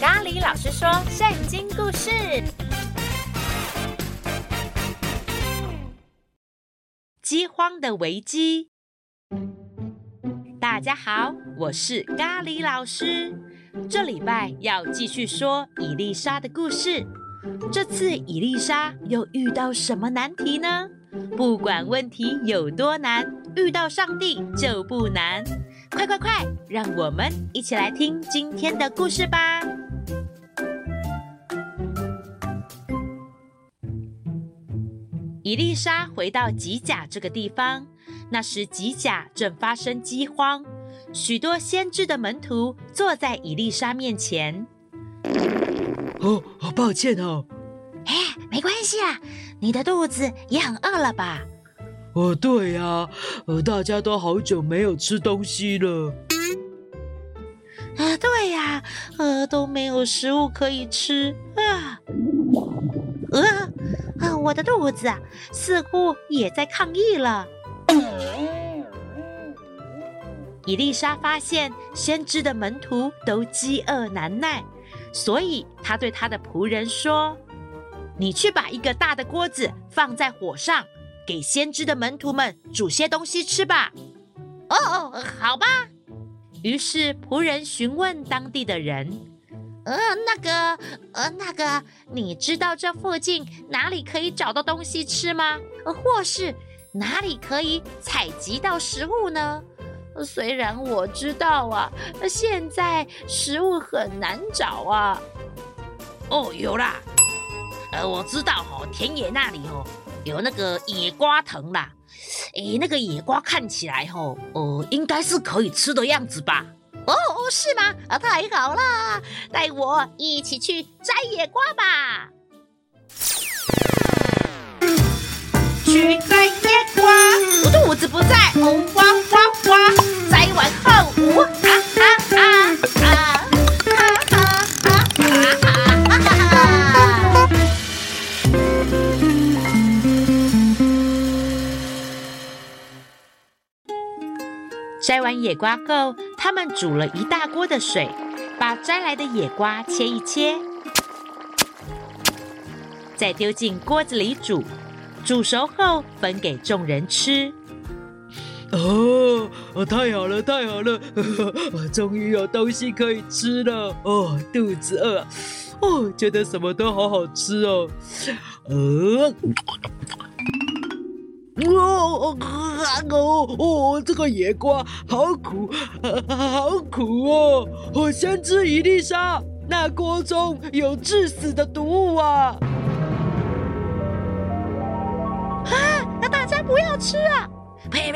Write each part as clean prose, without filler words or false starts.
咖喱老师说圣经故事。 饥荒的危机。大家好，我是咖喱老师。这礼拜要继续说以利沙的故事。这次以利沙又遇到什么难题呢？不管问题有多难，遇到上帝就不难。快，让我们一起来听今天的故事吧。以利沙回到吉甲这个地方，那时吉甲正发生饥荒，许多先知的门徒坐在以利沙面前。 抱歉哦。 没关系啊，你的肚子也很饿了吧？ 对呀，大家都好久没有吃东西了。 对呀，都没有食物可以吃我的肚子似乎也在抗议了。 以利沙发现先知的门徒都饥饿难耐，所以他对他的仆人说：你去把一个大的锅子放在火上，给先知的门徒们煮些东西吃吧。 好吧。 于是仆人询问当地的人： 那个，你知道这附近哪里可以找到东西吃吗？或是哪里可以采集到食物呢？虽然我知道啊，现在食物很难找啊。 有啦，我知道田野那里有那个野瓜藤啦。那个野瓜看起来应该是可以吃的样子吧？ 是吗？太好了，带我一起去摘野瓜吧。 去摘野瓜，我肚子不在，哇哇哇！摘完后， 摘完野瓜后，他们煮了一大锅的水，把摘来的野瓜切一切，再丢进锅子里煮，煮熟后分给众人吃。 太好了，终于有东西可以吃了。肚子饿，觉得什么都好好吃哦。这个野瓜好苦，好苦哦！先知以利沙，那锅中有致死的毒物啊！ 大家不要吃啊！ 呸！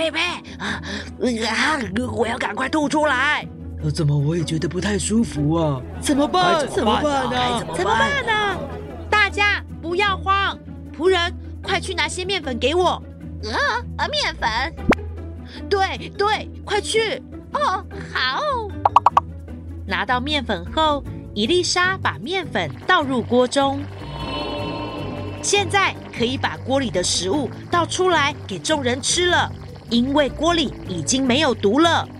我要赶快吐出来。 怎么我也觉得不太舒服啊？怎么办呢？大家不要慌，仆人，快去拿些面粉给我。 面粉？ 对，快去。 好。 拿到面粉后，以利沙把面粉倒入锅中。现在可以把锅里的食物倒出来给众人吃了，因为锅里已经没有毒了。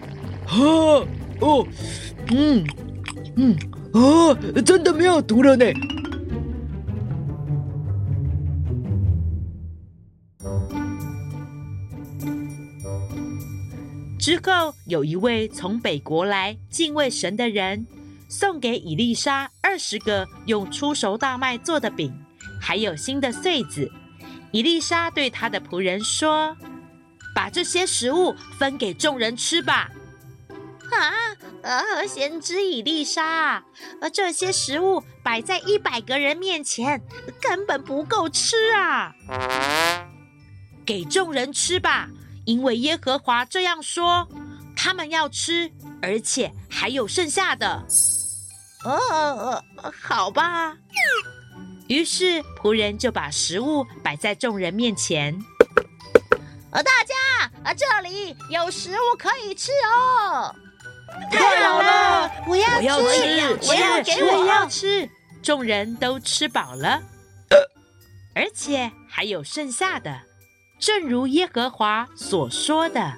真的没有毒了呢。 之后，有一位从北国来敬畏神的人，送给以利沙20个用初熟大麦做的饼，还有新的穗子。以利沙对他的仆人说：把这些食物分给众人吃吧。 先知以利沙，这些食物摆在100个人面前，根本不够吃啊！ 给众人吃吧，因为耶和华这样说，他们要吃，而且还有剩下的。 好吧。 于是仆人就把食物摆在众人面前。 大家，这里有食物可以吃哦！ 太好了， 我要吃！众人都吃饱了，而且还有剩下的，正如耶和华所说的。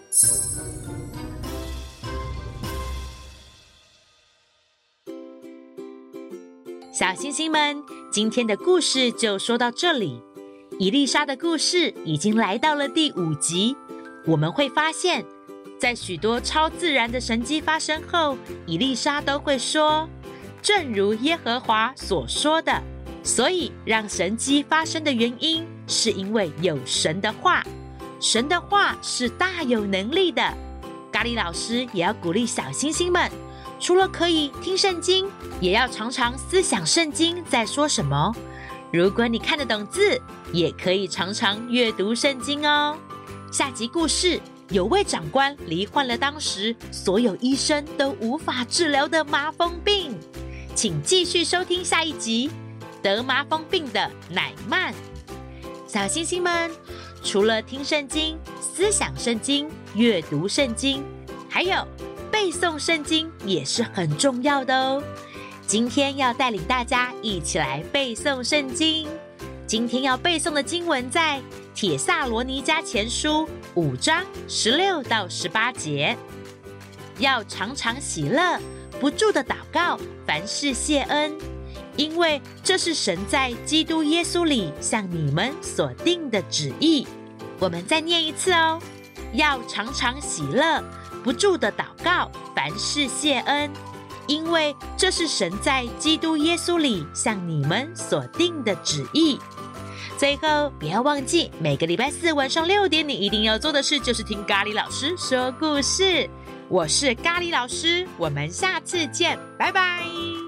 小星星们，今天的故事就说到这里。以利沙的故事已经来到了第5集，我们会发现，在许多超自然的神迹发生后，以利沙都会说，正如耶和华所说的。所以让神迹发生的原因，是因为有神的话，神的话是大有能力的。咖喱老师也要鼓励小星星们，除了可以听圣经，也要常常思想圣经在说什么。如果你看得懂字，也可以常常阅读圣经哦。下集故事，有位长官罹患了当时所有医生都无法治疗的麻风病，请继续收听下一集，得麻风病的乃曼。小星星们，除了听圣经、思想圣经、阅读圣经，还有背诵圣经也是很重要的哦。今天要带领大家一起来背诵圣经。今天要背诵的经文在帖撒罗尼迦前书5章16到18节。要常常喜乐，不住的祷告，凡事谢恩，因为这是神在基督耶稣里向你们所定的旨意。我们再念一次哦。要常常喜乐，不住的祷告，凡事谢恩，因为这是神在基督耶稣里向你们所定的旨意。最后，不要忘记每个礼拜4晚上6点，你一定要做的事就是听咖喱老师说故事。我是咖喱老师，我们下次见，拜拜。